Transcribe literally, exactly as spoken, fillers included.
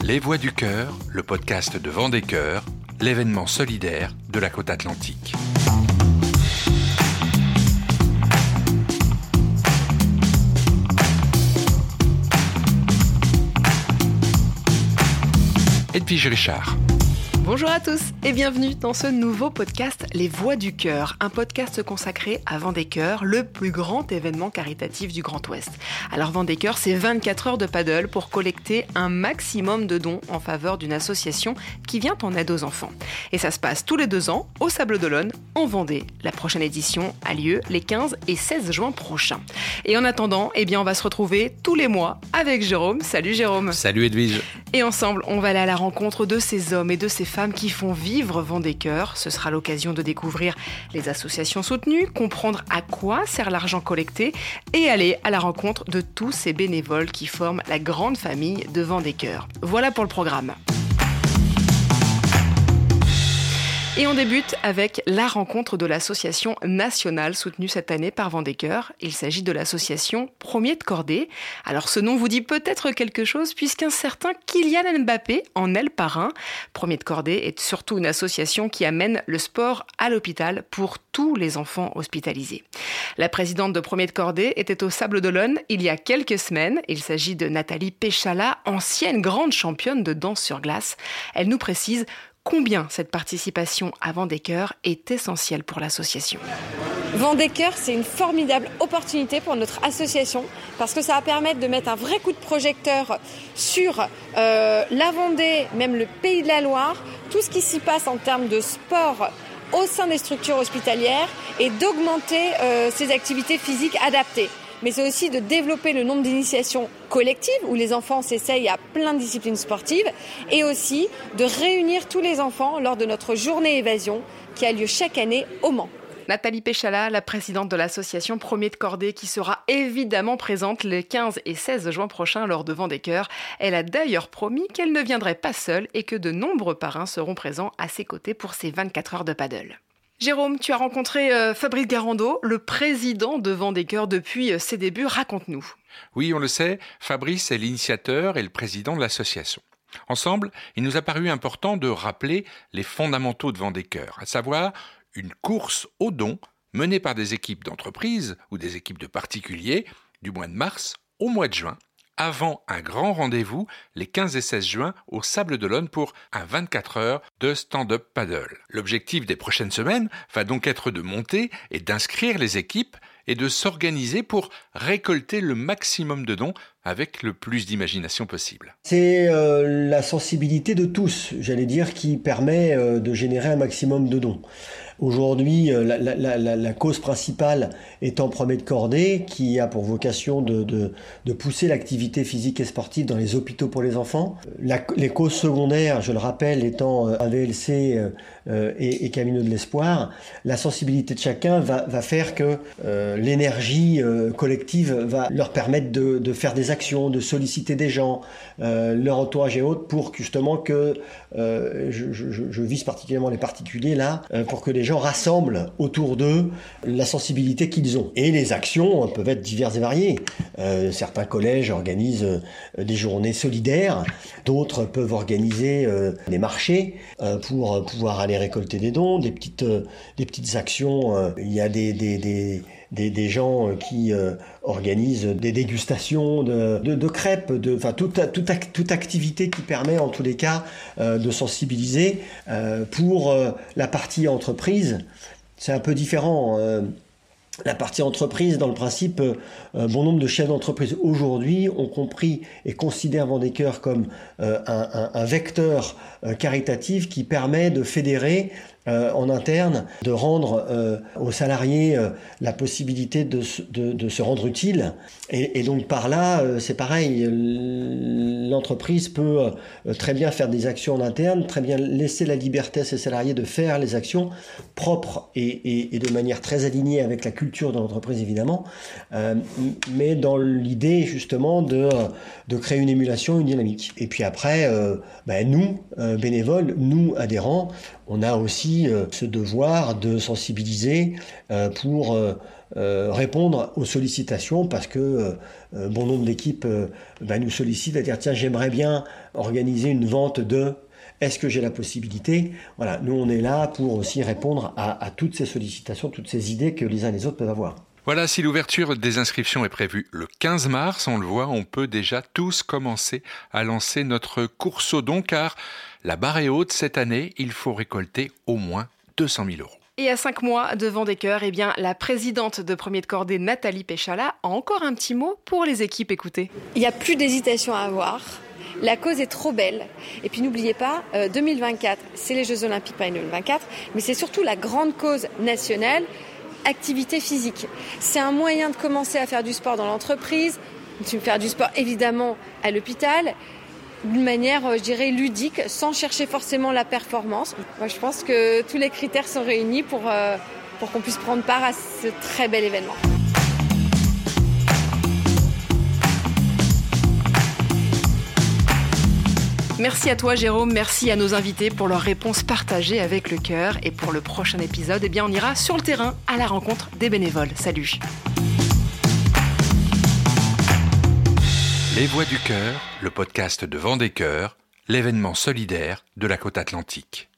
Les Voix du Cœur, le podcast de Vendée-Cœur, l'événement solidaire de la côte atlantique. Edwige Richard. Bonjour à tous et bienvenue dans ce nouveau podcast Les Voix du Cœur, un podcast consacré à Vendée-Cœur, le plus grand événement caritatif du Grand Ouest. Alors Vendée-Cœur, c'est vingt-quatre heures de paddle pour collecter un maximum de dons en faveur d'une association qui vient en aide aux enfants. Et ça se passe tous les deux ans au Sables d'Olonne, en Vendée. La prochaine édition a lieu les quinze et seize juin prochains. Et en attendant, eh bien on va se retrouver tous les mois avec Jérôme. Salut Jérôme. Salut Edwige. Et ensemble, on va aller à la rencontre de ces hommes et de ces femmes qui font vivre Vendée-Cœur. Ce sera l'occasion de découvrir les associations soutenues, comprendre à quoi sert l'argent collecté et aller à la rencontre de tous ces bénévoles qui forment la grande famille de Vendée-Cœur. Voilà pour le programme. Et on débute avec la rencontre de l'association nationale soutenue cette année par Vendée-Cœur. Il s'agit de l'association Premier de Cordée. Alors ce nom vous dit peut-être quelque chose puisqu'un certain Kylian Mbappé en est le parrain. Premier de Cordée est surtout une association qui amène le sport à l'hôpital pour tous les enfants hospitalisés. La présidente de Premier de Cordée était au Sables d'Olonne il y a quelques semaines. Il s'agit de Nathalie Péchala, ancienne grande championne de danse sur glace. Elle nous précise combien cette participation à Vendée-Cœur est essentielle pour l'association. Vendée-Cœur, c'est une formidable opportunité pour notre association parce que ça va permettre de mettre un vrai coup de projecteur sur euh, la Vendée, même le Pays de la Loire, tout ce qui s'y passe en termes de sport au sein des structures hospitalières et d'augmenter euh, ces activités physiques adaptées. Mais c'est aussi de développer le nombre d'initiations collectives où les enfants s'essayent à plein de disciplines sportives et aussi de réunir tous les enfants lors de notre journée évasion qui a lieu chaque année au Mans. Nathalie Péchala, la présidente de l'association Premier de Cordée, qui sera évidemment présente les quinze et seize juin prochains lors de Vendée-Cœur. Elle a d'ailleurs promis qu'elle ne viendrait pas seule et que de nombreux parrains seront présents à ses côtés pour ces vingt-quatre heures de paddle. Jérôme, tu as rencontré euh, Fabrice Garando, le président de Vendée-Cœur depuis euh, ses débuts. Raconte-nous. Oui, on le sait, Fabrice est l'initiateur et le président de l'association. Ensemble, il nous a paru important de rappeler les fondamentaux de Vendée-Cœur, à savoir une course aux dons menée par des équipes d'entreprises ou des équipes de particuliers du mois de mars au mois de juin, avant un grand rendez-vous les quinze et seize juin au Sables d'Olonne pour un vingt-quatre heures de stand-up paddle. L'objectif des prochaines semaines va donc être de monter et d'inscrire les équipes et de s'organiser pour récolter le maximum de dons avec le plus d'imagination possible. C'est euh, la sensibilité de tous, j'allais dire, qui permet euh, de générer un maximum de dons. Aujourd'hui, la, la, la, la cause principale étant Premier de Cordée, qui a pour vocation de, de, de pousser l'activité physique et sportive dans les hôpitaux pour les enfants. La, les causes secondaires, je le rappelle, étant A V L C euh, et, et Camino de l'Espoir, la sensibilité de chacun va, va faire que euh, l'énergie euh, collective va leur permettre de, de faire des actions, de solliciter des gens, euh, leur entourage et autres, pour justement que, euh, je, je, je vise particulièrement les particuliers là, euh, pour que les gens rassemblent autour d'eux la sensibilité qu'ils ont. Et les actions peuvent être diverses et variées. Euh, certains collèges organisent euh, des journées solidaires, d'autres peuvent organiser euh, des marchés euh, pour pouvoir aller récolter des dons, des petites, euh, des petites actions. Euh, il y a des, des, des Des, des gens qui euh, organisent des dégustations de, de, de crêpes, de, enfin toute, toute, toute activité qui permet en tous les cas euh, de sensibiliser. Euh, pour euh, la partie entreprise, c'est un peu différent. Euh, La partie entreprise, dans le principe, euh, bon nombre de chefs d'entreprise aujourd'hui ont compris et considèrent Vendée-Cœur comme euh, un, un, un vecteur euh, caritatif qui permet de fédérer euh, en interne, de rendre euh, aux salariés euh, la possibilité de, de, de se rendre utile. Et, et donc par là, euh, c'est pareil, l'entreprise peut euh, très bien faire des actions en interne, très bien laisser la liberté à ses salariés de faire les actions propres et, et, et de manière très alignée avec la culture de l'entreprise évidemment, euh, mais dans l'idée justement de, de créer une émulation, une dynamique. Et puis après, euh, ben nous, euh, bénévoles, nous, adhérents, on a aussi euh, ce devoir de sensibiliser euh, pour euh, euh, répondre aux sollicitations parce que euh, bon nombre d'équipes euh, bah, nous sollicitent à dire tiens, j'aimerais bien organiser une vente de... Est-ce que j'ai la possibilité ? Voilà, nous on est là pour aussi répondre à, à toutes ces sollicitations, toutes ces idées que les uns et les autres peuvent avoir. Voilà, si l'ouverture des inscriptions est prévue le quinze mars, on le voit, on peut déjà tous commencer à lancer notre course aux dons car la barre est haute cette année, il faut récolter au moins deux cent mille euros. Et à cinq mois de Vendécoeur, eh bien, la présidente de Premier de Cordée, Nathalie Péchala, a encore un petit mot pour les équipes. Écoutez. Il n'y a plus d'hésitation à avoir. La cause est trop belle. Et puis n'oubliez pas, euh, deux mille vingt-quatre, c'est les Jeux Olympiques Paris deux mille vingt-quatre, mais c'est surtout la grande cause nationale, activité physique. C'est un moyen de commencer à faire du sport dans l'entreprise, de faire du sport évidemment à l'hôpital, d'une manière, je dirais, ludique, sans chercher forcément la performance. Moi, je pense que tous les critères sont réunis pour, euh, pour qu'on puisse prendre part à ce très bel événement. Merci à toi Jérôme, merci à nos invités pour leurs réponses partagées avec le cœur. Et pour le prochain épisode, eh bien, on ira sur le terrain à la rencontre des bénévoles. Salut. Les Voix du Cœur, le podcast de Vendécoeur, l'événement solidaire de la côte atlantique.